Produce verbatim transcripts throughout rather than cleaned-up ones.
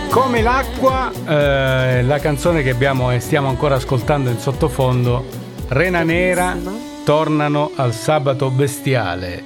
Come l'acqua, eh, la canzone che abbiamo e stiamo ancora ascoltando in sottofondo, Rena Nera, tornano al sabato bestiale.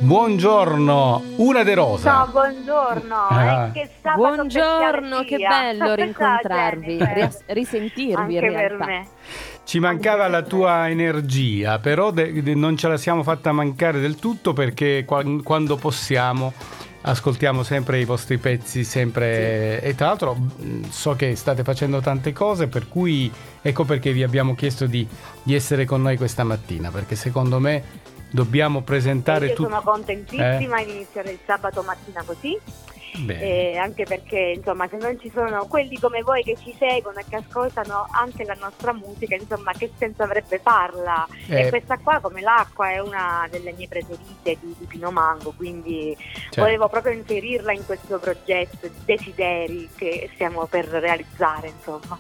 Buongiorno, Una De Rosa. Ciao, buongiorno. Ah. Eh, che sabato Buongiorno, che sia. bello rincontrarvi, Ciao, Jennifer. ris- risentirvi Anche in per realtà. me. Ci mancava la tua energia, però de- de- non ce la siamo fatta mancare del tutto, perché qua- quando possiamo ascoltiamo sempre i vostri pezzi, sempre sì. E tra l'altro mh, so che state facendo tante cose, per cui ecco perché vi abbiamo chiesto di, di essere con noi questa mattina, perché secondo me dobbiamo presentare io tutto. sono contentissima eh? di iniziare il sabato mattina così. Bene. Eh, anche perché insomma, se non ci sono quelli come voi che ci seguono e che ascoltano anche la nostra musica, insomma, che senso avrebbe farla? Eh. E questa qua, come l'acqua, è una delle mie preferite di, di Pino Mango, quindi Cioè. volevo proprio inserirla in questo progetto di desideri che stiamo per realizzare, insomma.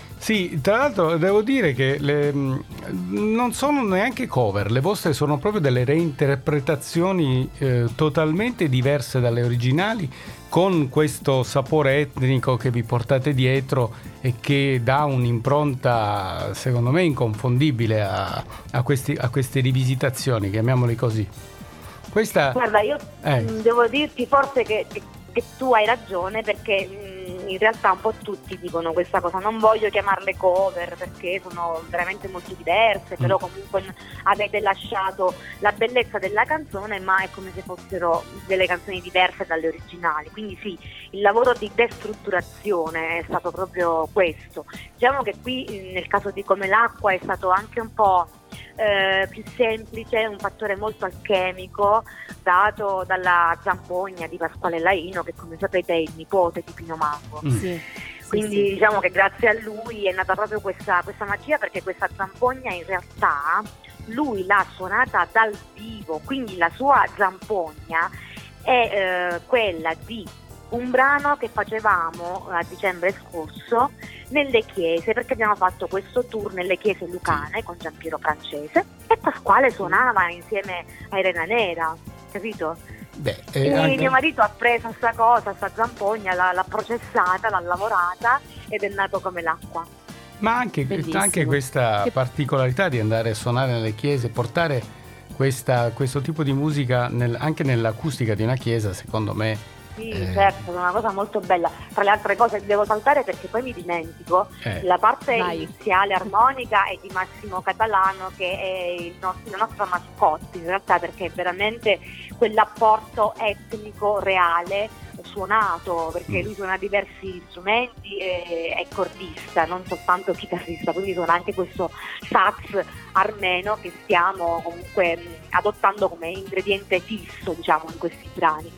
Sì, tra l'altro devo dire che le, mh, non sono neanche cover, le vostre sono proprio delle reinterpretazioni eh, totalmente diverse dalle originali, con questo sapore etnico che vi portate dietro e che dà un'impronta secondo me inconfondibile a, a, questi, a queste rivisitazioni, chiamiamoli così. Questa, Guarda, io eh. mh, devo dirti forse che, che, che tu hai ragione, perché mh, in realtà un po' tutti dicono questa cosa. Non voglio chiamarle cover perché sono veramente molto diverse, mm. però comunque avete lasciato la bellezza della canzone, ma è come se fossero delle canzoni diverse dalle originali. Quindi sì, il lavoro di destrutturazione è stato proprio questo. Diciamo che qui nel caso di Come l'acqua è stato anche un po' Eh, più semplice, un fattore molto alchemico dato dalla zampogna di Pasquale Laino, che come sapete è il nipote di Pino Mango. Mm. Sì. Quindi sì, sì. diciamo che grazie a lui è nata proprio questa, questa magia, perché questa zampogna in realtà lui l'ha suonata dal vivo, quindi la sua zampogna è eh, quella di un brano che facevamo a dicembre scorso nelle chiese, perché abbiamo fatto questo tour nelle chiese lucane con Giampiero Francese e Pasquale suonava insieme a Rena Nera, capito? Beh, e anche... mio marito ha preso sta cosa, sta zampogna, l'ha, l'ha processata, l'ha lavorata ed è nato Come l'acqua. Ma anche, anche questa che... particolarità di andare a suonare nelle chiese, portare questa, questo tipo di musica nel, anche nell'acustica di una chiesa, secondo me. Sì, eh... certo, è una cosa molto bella. Tra le altre cose devo saltare, perché poi mi dimentico, eh. la parte Vai. iniziale armonica è di Massimo Catalano, che è il nostro, la nostra mascotte in realtà, perché è veramente quell'apporto etnico reale suonato, perché lui suona diversi strumenti e è cordista, non soltanto chitarrista, quindi suona anche questo sax armeno che stiamo comunque adottando come ingrediente fisso, diciamo, in questi brani.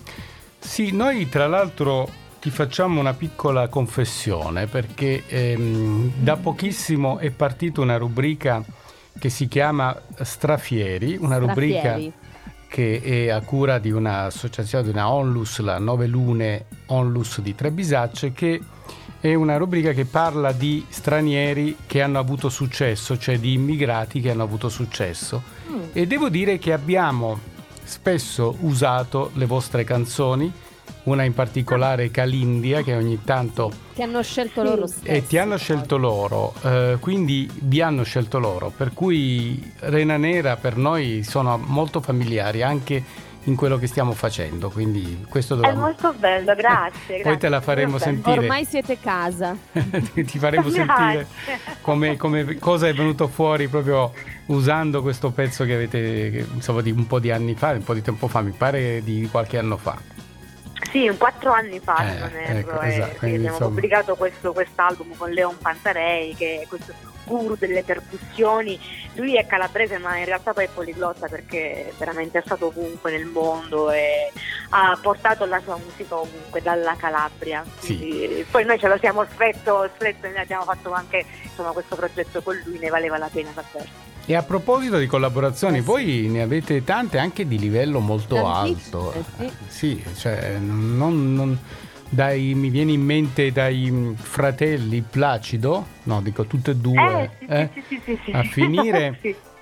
Sì, noi tra l'altro ti facciamo una piccola confessione, perché ehm, da pochissimo è partita una rubrica che si chiama Strafieri, una Strafieri. rubrica che è a cura di un'associazione, di una Onlus, la Nove Lune Onlus di Trebisacce, che è una rubrica che parla di stranieri che hanno avuto successo, cioè di immigrati che hanno avuto successo. Mm. E devo dire che abbiamo spesso usato le vostre canzoni, una in particolare Calindia, che ogni tanto ti hanno scelto loro stessi, e ti hanno scelto loro, eh, quindi vi hanno scelto loro, per cui Rena Nera per noi sono molto familiari anche in quello che stiamo facendo, quindi questo dovevamo... È molto bello, grazie. Poi te la faremo sentire. Ormai siete casa. Ti faremo sentire come, come cosa è venuto fuori proprio usando questo pezzo che avete, che, insomma, di un po' di anni fa, un po' di tempo fa, mi pare di qualche anno fa. Sì, un quattro anni fa, eh, se non erro, ecco, eh, esatto, sì, quindi, abbiamo insomma... pubblicato questo quest'album con Leon Pantarei, che è questo guru delle percussioni. Lui è calabrese, ma in realtà poi è poliglotta, perché veramente è stato ovunque nel mondo e ha portato la sua musica ovunque, dalla Calabria. Quindi, sì. Poi noi ce lo siamo stretto, stretto e ne abbiamo fatto anche, insomma, questo progetto con lui, ne valeva la pena davvero. E a proposito di collaborazioni, eh sì. voi ne avete tante anche di livello molto alto. Eh sì. sì, cioè non, non dai, mi viene in mente dai fratelli Placido, no, dico tutte e due, eh, sì, eh? sì, sì, sì, sì. a finire sì.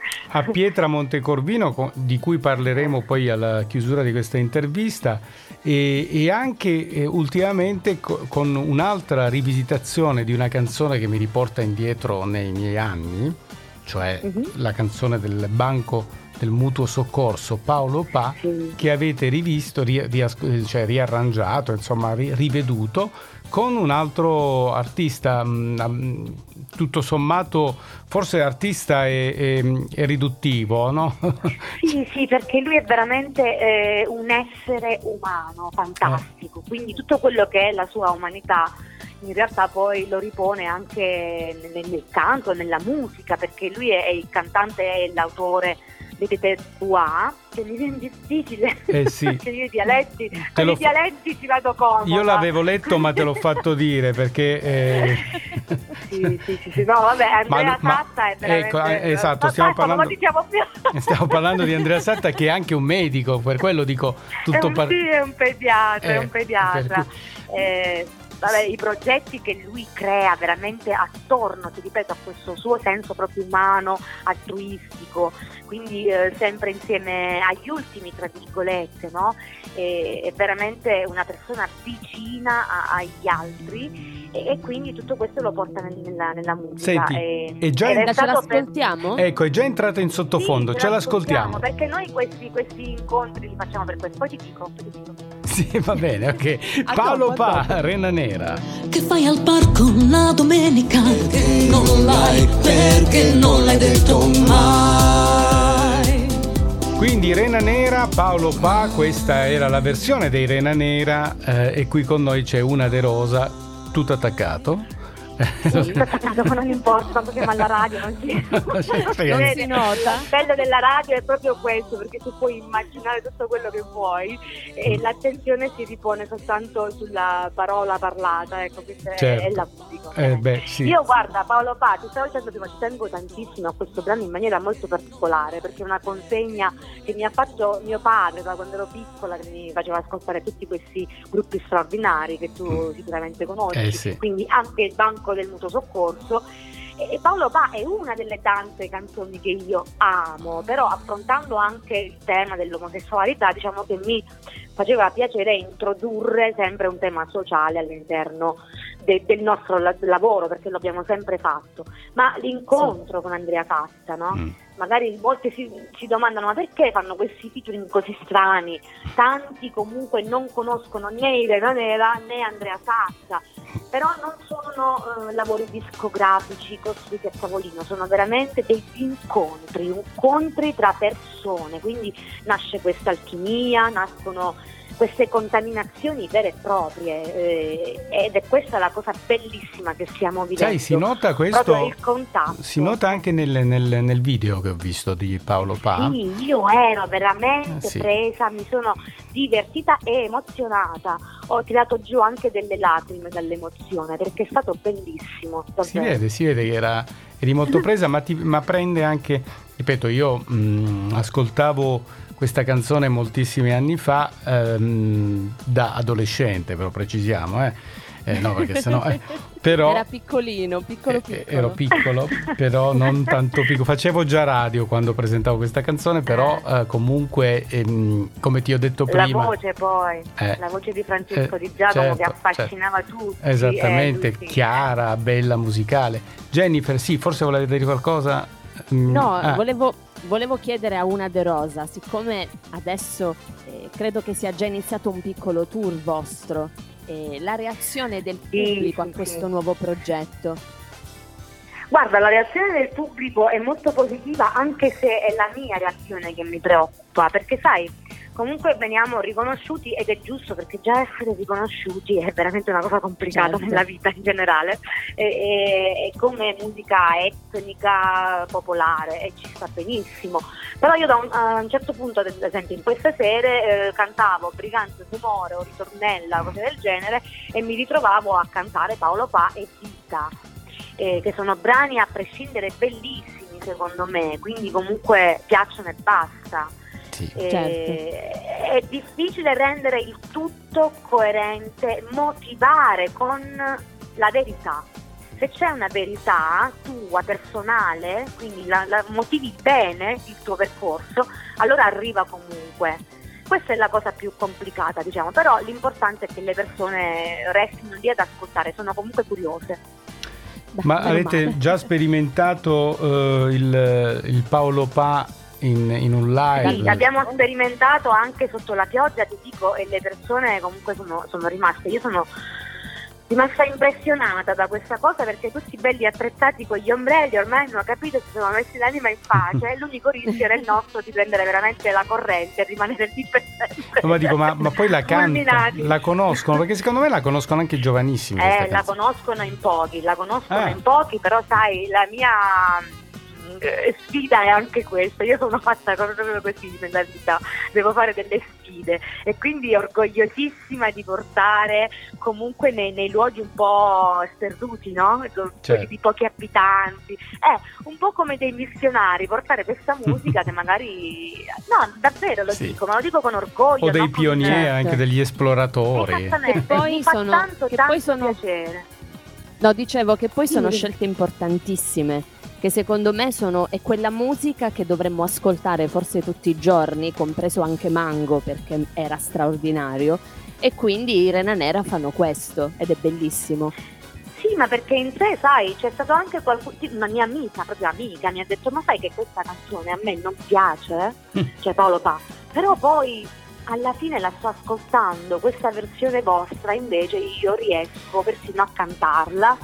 a Pietra Montecorvino, di cui parleremo poi alla chiusura di questa intervista, e, e anche eh, ultimamente co- con un'altra rivisitazione di una canzone che mi riporta indietro nei miei anni, cioè uh-huh. la canzone del Banco del Mutuo Soccorso, Paolo Pa, sì. che avete rivisto, ri- rias- cioè riarrangiato, insomma ri- riveduto con un altro artista, mh, tutto sommato forse artista è, è, è riduttivo, no? Sì, sì, perché lui è veramente eh, un essere umano fantastico, eh. quindi tutto quello che è la sua umanità in realtà poi lo ripone anche nel, nel canto, nella musica, perché lui è, è il cantante e l'autore di Tete Tua, che mi viene difficile, eh sì. perché io i dialetti, con i dialetti ci vado comoda. Io l'avevo letto ma te l'ho fatto dire perché... Eh... sì, sì, sì, sì, no vabbè, Andrea ma, Satta è veramente... Ecco, esatto, stiamo ecco, parlando... diciamo più. stiamo parlando di Andrea Satta, che è anche un medico, per quello dico tutto... È un, par... sì, è un pediatra, eh, è un pediatra. Cui... Eh, Vabbè, i progetti che lui crea veramente attorno, ti ripeto, a questo suo senso proprio umano, altruistico, quindi eh, sempre insieme agli ultimi, tra virgolette, no? E, è veramente una persona vicina a, agli altri e, e quindi tutto questo lo porta nel, nella, nella musica. Senti, e, è già in... è ce l'ascoltiamo? Per... Ecco, è già entrata in sottofondo, sì, ce l'ascoltiamo. Perché noi questi, questi incontri li facciamo per questo, poi ti dico, poi ti dico. Sì, va bene, ok. A Paolo dopo, Pa, dopo. Rena Nera. Che fai al parco la domenica? Perché non l'hai, perché non l'hai detto mai. Quindi Rena Nera, Paolo Pa, questa era la versione dei Rena Nera, eh, e qui con noi c'è Una De Rosa, tutto attaccato. Sì, ma non importa, tanto siamo alla radio, non si, non si nota. Il bello della radio è proprio questo, perché tu puoi immaginare tutto quello che vuoi e l'attenzione si ripone soltanto sulla parola parlata, ecco, questa certo. è, è la musica. Eh beh, sì. Io guarda, Paolo Pa, ti stavo dicendo prima, ci tengo tantissimo a questo brano in maniera molto particolare, perché è una consegna che mi ha fatto mio padre da quando ero piccola, che mi faceva ascoltare tutti questi gruppi straordinari che tu mm. sicuramente conosci, eh sì. quindi anche il Banco del Mutuo Soccorso. E Paolo Pa è una delle tante canzoni che io amo, però affrontando anche il tema dell'omosessualità, diciamo che mi faceva piacere introdurre sempre un tema sociale all'interno de- del nostro la- lavoro, perché lo abbiamo sempre fatto. Ma l'incontro sì. con Andrea Satta, no? Mm. Magari molti si, si domandano ma perché fanno questi featuring così strani, tanti comunque non conoscono né Irene Nera né Andrea Satta, però non sono eh, lavori discografici costruiti a tavolino, sono veramente degli incontri, incontri tra persone, quindi nasce questa alchimia, nascono queste contaminazioni vere e proprie, eh, ed è questa la cosa bellissima che stiamo vivendo. Sai, si nota questo, proprio il contatto. Si nota anche nel, nel, nel video che ho visto di Paolo Pa. Sì, io ero veramente eh, sì. presa, mi sono divertita e emozionata, ho tirato giù anche delle lacrime dall'emozione perché è stato bellissimo. Davvero. Si vede, si vede che era, eri molto presa, ma, ti, ma prende anche, ripeto, io mh, ascoltavo questa canzone moltissimi anni fa, ehm, da adolescente, però precisiamo, eh. Eh, no, perché sennò, eh, però era piccolino, piccolo piccolo. Eh, ero piccolo, però non tanto piccolo. Facevo già radio quando presentavo questa canzone, però eh, comunque, ehm, come ti ho detto prima, la voce poi, eh, la voce di Francesco eh, Di Giacomo, certo, che affascinava certo. tutti. Esattamente, eh, chiara, bella, musicale. Jennifer, sì, forse volevi dire qualcosa? No, ah. volevo, volevo chiedere a Una De Rosa, siccome adesso eh, credo che sia già iniziato un piccolo tour vostro, eh, la reazione del pubblico sì, a questo sì. nuovo progetto. Guarda, la reazione del pubblico è molto positiva, anche se è la mia reazione che mi preoccupa, perché sai, comunque veniamo riconosciuti ed è giusto, perché già essere riconosciuti è veramente una cosa complicata certo. nella vita in generale, e, e, e come musica etnica popolare e ci sta benissimo, però io da un, a un certo punto, ad esempio in queste sere eh, cantavo Brigante d'umore o Ritornella, cose del genere, e mi ritrovavo a cantare Paolo Pa e Vita, eh, che sono brani a prescindere bellissimi secondo me, quindi comunque piacciono e basta. Sì. Eh, certo. È difficile rendere il tutto coerente, motivare con la verità. se c'è una verità tua, personale, quindi la, la motivi bene il tuo percorso, allora arriva comunque. Questa è la cosa più complicata, diciamo, però l'importante è che le persone restino lì ad ascoltare, sono comunque curiose. Ma avete già sperimentato uh, il, il Paolo Pa in, in un live? Sì, abbiamo sperimentato anche sotto la pioggia, ti dico, e le persone comunque sono, sono rimaste. Io sono rimasta impressionata da questa cosa, perché tutti belli attrezzati con gli ombrelli ormai hanno capito, si sono messi l'anima in pace. L'unico rischio era il nostro di prendere veramente la corrente e rimanere lì per sempre. No, ma dico, ma, ma poi la canta, la conoscono? Perché secondo me la conoscono anche i giovanissimi. Eh, la conoscono in pochi, la conoscono ah. in pochi, però sai, la mia sfida è anche questa. Io sono fatta proprio così nella vita, devo fare delle sfide e quindi orgogliosissima di portare comunque nei, nei luoghi un po' sperduti, no? Certo. Di pochi abitanti, è un po' come dei missionari, portare questa musica che magari, no, davvero lo sì. dico, ma lo dico con orgoglio, o dei no? pionieri, con... anche degli esploratori, esattamente, che poi mi fa sono, tanto, che tanto poi sono... piacere. No, dicevo che poi sono sì. scelte importantissime, che secondo me sono è quella musica che dovremmo ascoltare forse tutti i giorni, compreso anche Mango, perché era straordinario, e quindi i Rena Nera fanno questo ed è bellissimo. Sì, ma perché in sé, sai, c'è stato anche qualcuno, una mia amica, proprio amica, mi ha detto: ma sai che questa canzone a me non piace? Mm. Cioè Paolo Pa, però poi alla fine la sto ascoltando, questa versione vostra, invece io riesco persino a cantarla,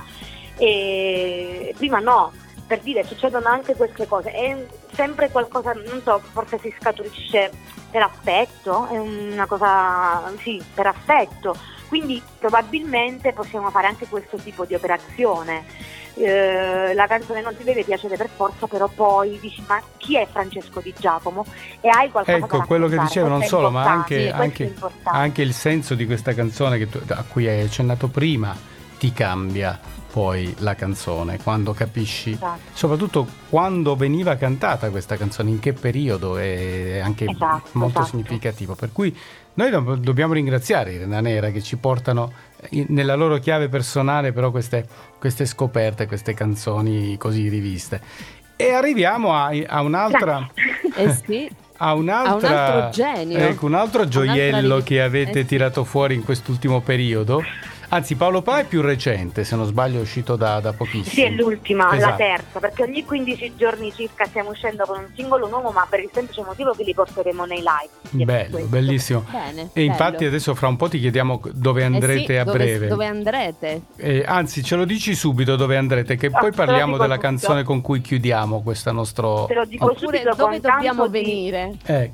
e prima no, per dire, succedono anche queste cose, è sempre qualcosa, non so, forse si scaturisce per affetto, è una cosa, sì, per affetto, quindi probabilmente possiamo fare anche questo tipo di operazione. Eh, la canzone non ti deve piacere per forza, però poi dici: ma chi è Francesco Di Giacomo? E hai qualcosa ecco da quello che dicevo, non solo, ma anche, sì, anche, anche il senso di questa canzone che tu, a cui hai accennato prima, ti cambia poi la canzone quando capisci, esatto. soprattutto quando veniva cantata questa canzone, in che periodo, è anche esatto, molto esatto. significativo, per cui noi do- dobbiamo ringraziare i Rena Nera che ci portano in, nella loro chiave personale però queste, queste scoperte, queste canzoni così riviste, e arriviamo a, a un'altra eh sì. a un'altra, a un altro genio, ecco, un altro gioiello riv- che avete eh sì. tirato fuori in quest'ultimo periodo. Anzi, Paolo Pa è più recente, se non sbaglio è uscito da, da pochissimo. Sì, è l'ultima, esatto. la terza, perché ogni quindici giorni circa stiamo uscendo con un singolo nuovo, ma per il semplice motivo che li porteremo nei live. Bello, bellissimo. Bene, e bello. infatti adesso fra un po' ti chiediamo dove andrete eh sì, a dove, breve. Dove andrete? Eh, anzi, ce lo dici subito dove andrete, che Ah, poi parliamo della tutto. canzone con cui chiudiamo questo nostro... Te lo dico Oppure subito, dove con dobbiamo tanto di... venire? Eh.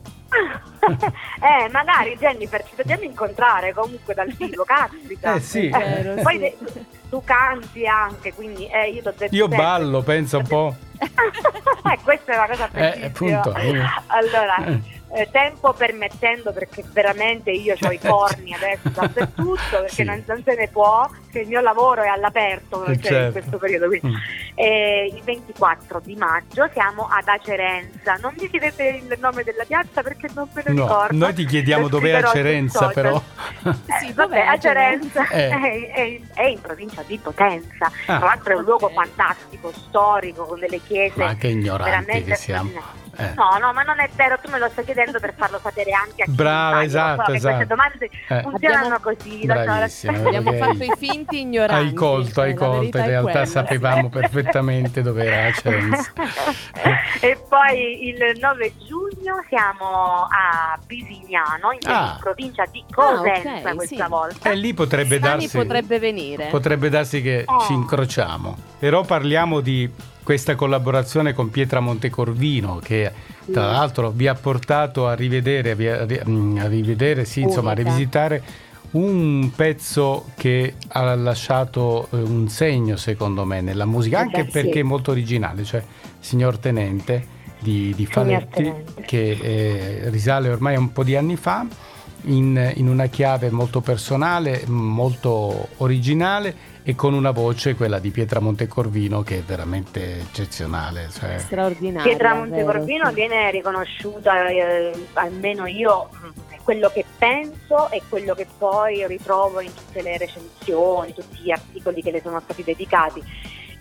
eh, magari Jennifer, ci dobbiamo incontrare comunque dal vivo, caspita. Eh sì. Vero, Poi sì. de- tu canti anche, quindi eh, io t'ho detto Io sempre. ballo, pensa un po'. eh, questa è una cosa Eh, bellissima. appunto. Allora, eh, tempo permettendo, perché veramente io ho i corni adesso dappertutto, perché Sì. non, non se ne può, che il mio lavoro è all'aperto, Eh, cioè, certo. in questo periodo. Quindi. Mm. Eh, il ventiquattro di maggio siamo ad Acerenza. Non mi chiedete il nome della piazza perché non me lo No, ricordo. noi ti chiediamo Lo dov'è scriverò sui Acerenza, social. però. Eh, Sì, vabbè, dov'è Acerenza Eh. è, è- è in provincia di Potenza. Ah. Tra l'altro è un luogo Ok. fantastico, storico, con delle chiese Ma che ignoranti veramente che siamo. straordinarie. Eh. No, no, ma non è vero, tu me lo stai chiedendo per farlo sapere anche a chi Brava, sa. Io esatto, so che esatto. queste domande Eh. funzionano Abbiamo- così. lo so, lo so. Bravissima, Abbiamo perché fatto i finti ignoranti. Hai colto, hai eh, la colto, verità in è realtà quella. sapevamo perfettamente dove era Acerenza. E poi il nove giugno siamo a Bisignano, in, Ah. in provincia di Ah, Cosenza ok, questa sì. volta. E lì potrebbe Sani darsi, potrebbe venire. potrebbe darsi che Oh. ci incrociamo. Però parliamo di questa collaborazione con Pietra Montecorvino, che tra l'altro vi ha portato a rivedere, a, vi- a ri- mm, a rivedere, sì, insomma, a Unica. rivisitare un pezzo che ha lasciato eh, un segno, secondo me, nella musica, anche Beh, sì. perché è molto originale, cioè Signor Tenente di, di Faletti, Tenente. che eh, risale ormai a un po' di anni fa, in, in una chiave molto personale, molto originale, e con una voce, quella di Pietra Montecorvino, che è veramente eccezionale. Cioè, Straordinaria. Pietra vero, Montecorvino sì. viene riconosciuta, eh, almeno io, è quello che penso e quello che poi ritrovo in tutte le recensioni, tutti gli articoli che le sono stati dedicati.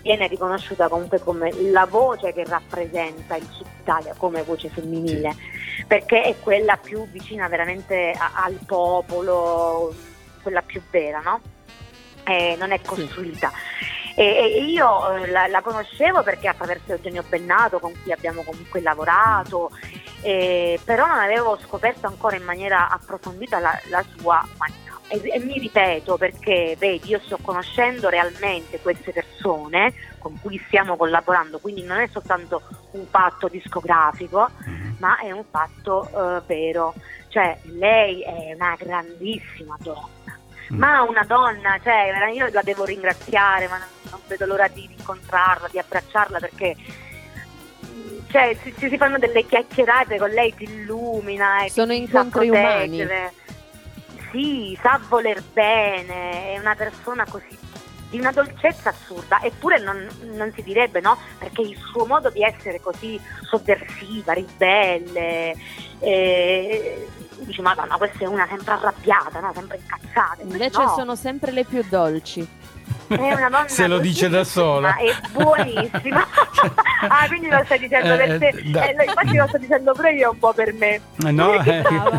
viene riconosciuta comunque come la voce che rappresenta il Sud Italia come voce femminile, sì. perché è quella più vicina veramente a, al popolo, quella più vera, no? Eh, non è costruita. Sì. E, e io eh, la, la conoscevo perché attraverso Eugenio Bennato, con cui abbiamo comunque lavorato, eh, però non avevo scoperto ancora in maniera approfondita la, la sua umanità. E, e mi ripeto, perché vedi, io sto conoscendo realmente queste persone con cui stiamo collaborando, quindi non è soltanto un fatto discografico, ma è un fatto eh, vero. Cioè, lei è una grandissima donna. Ma una donna, cioè io la devo ringraziare, ma non, non vedo l'ora di incontrarla, di abbracciarla, perché cioè si, si fanno delle chiacchierate con lei, ti illumina e sono ti incontri sa umani. Sì, sa voler bene, è una persona così di una dolcezza assurda, eppure non, non si direbbe, no? Perché il suo modo di essere così sovversiva, ribelle, eh, dici Madonna, questa è una sempre arrabbiata, no? Sempre incazzata. Invece no. sono sempre le più dolci. È una donna se lo dice da sola, è buonissima. Ah, quindi lo stai dicendo per te, eh, da... eh, infatti lo sto dicendo pure io un po' per me. No, eh.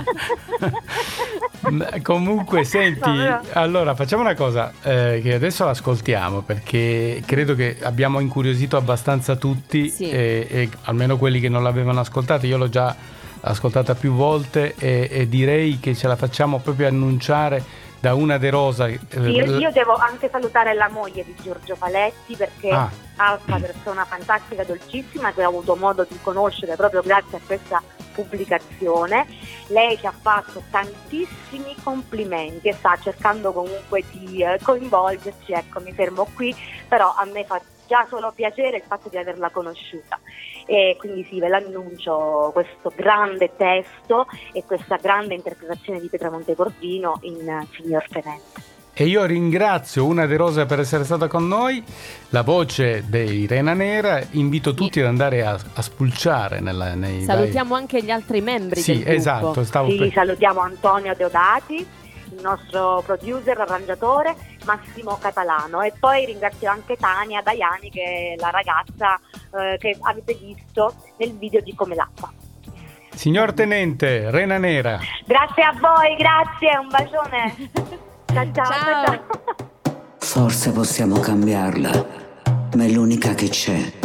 Comunque senti, no, allora facciamo una cosa, eh, che adesso l'ascoltiamo perché credo che abbiamo incuriosito abbastanza tutti, sì. e, e almeno quelli che non l'avevano ascoltata, io l'ho già ascoltata più volte e, e direi che ce la facciamo proprio annunciare da Una De Rosa. Sì, io, io devo anche salutare la moglie di Giorgio Paletti, perché ah. altra persona fantastica, dolcissima, che ho avuto modo di conoscere proprio grazie a questa pubblicazione. Lei ci ha fatto tantissimi complimenti e sta cercando comunque di eh, coinvolgerci, ecco, mi fermo qui, però a me fa già solo piacere il fatto di averla conosciuta. E quindi sì, ve l'annuncio, questo grande testo e questa grande interpretazione di Petra Montecorvino in Signor Tenente. E io ringrazio Una De Rosa per essere stata con noi, la voce dei Rena Nera. Invito tutti sì. ad andare a, a spulciare nella, nei salutiamo vari... anche gli altri membri sì, del gruppo. Esatto, stavo sì, per... salutiamo Antonio Deodati, il nostro producer, arrangiatore, Massimo Catalano, e poi ringrazio anche Tania Daiani, che è la ragazza eh, che avete visto nel video di Come l'acqua. Signor Tenente, Rena Nera. Grazie a voi, grazie, un bacione. Ciao ciao, ciao. ciao. Forse possiamo cambiarla, ma è l'unica che c'è.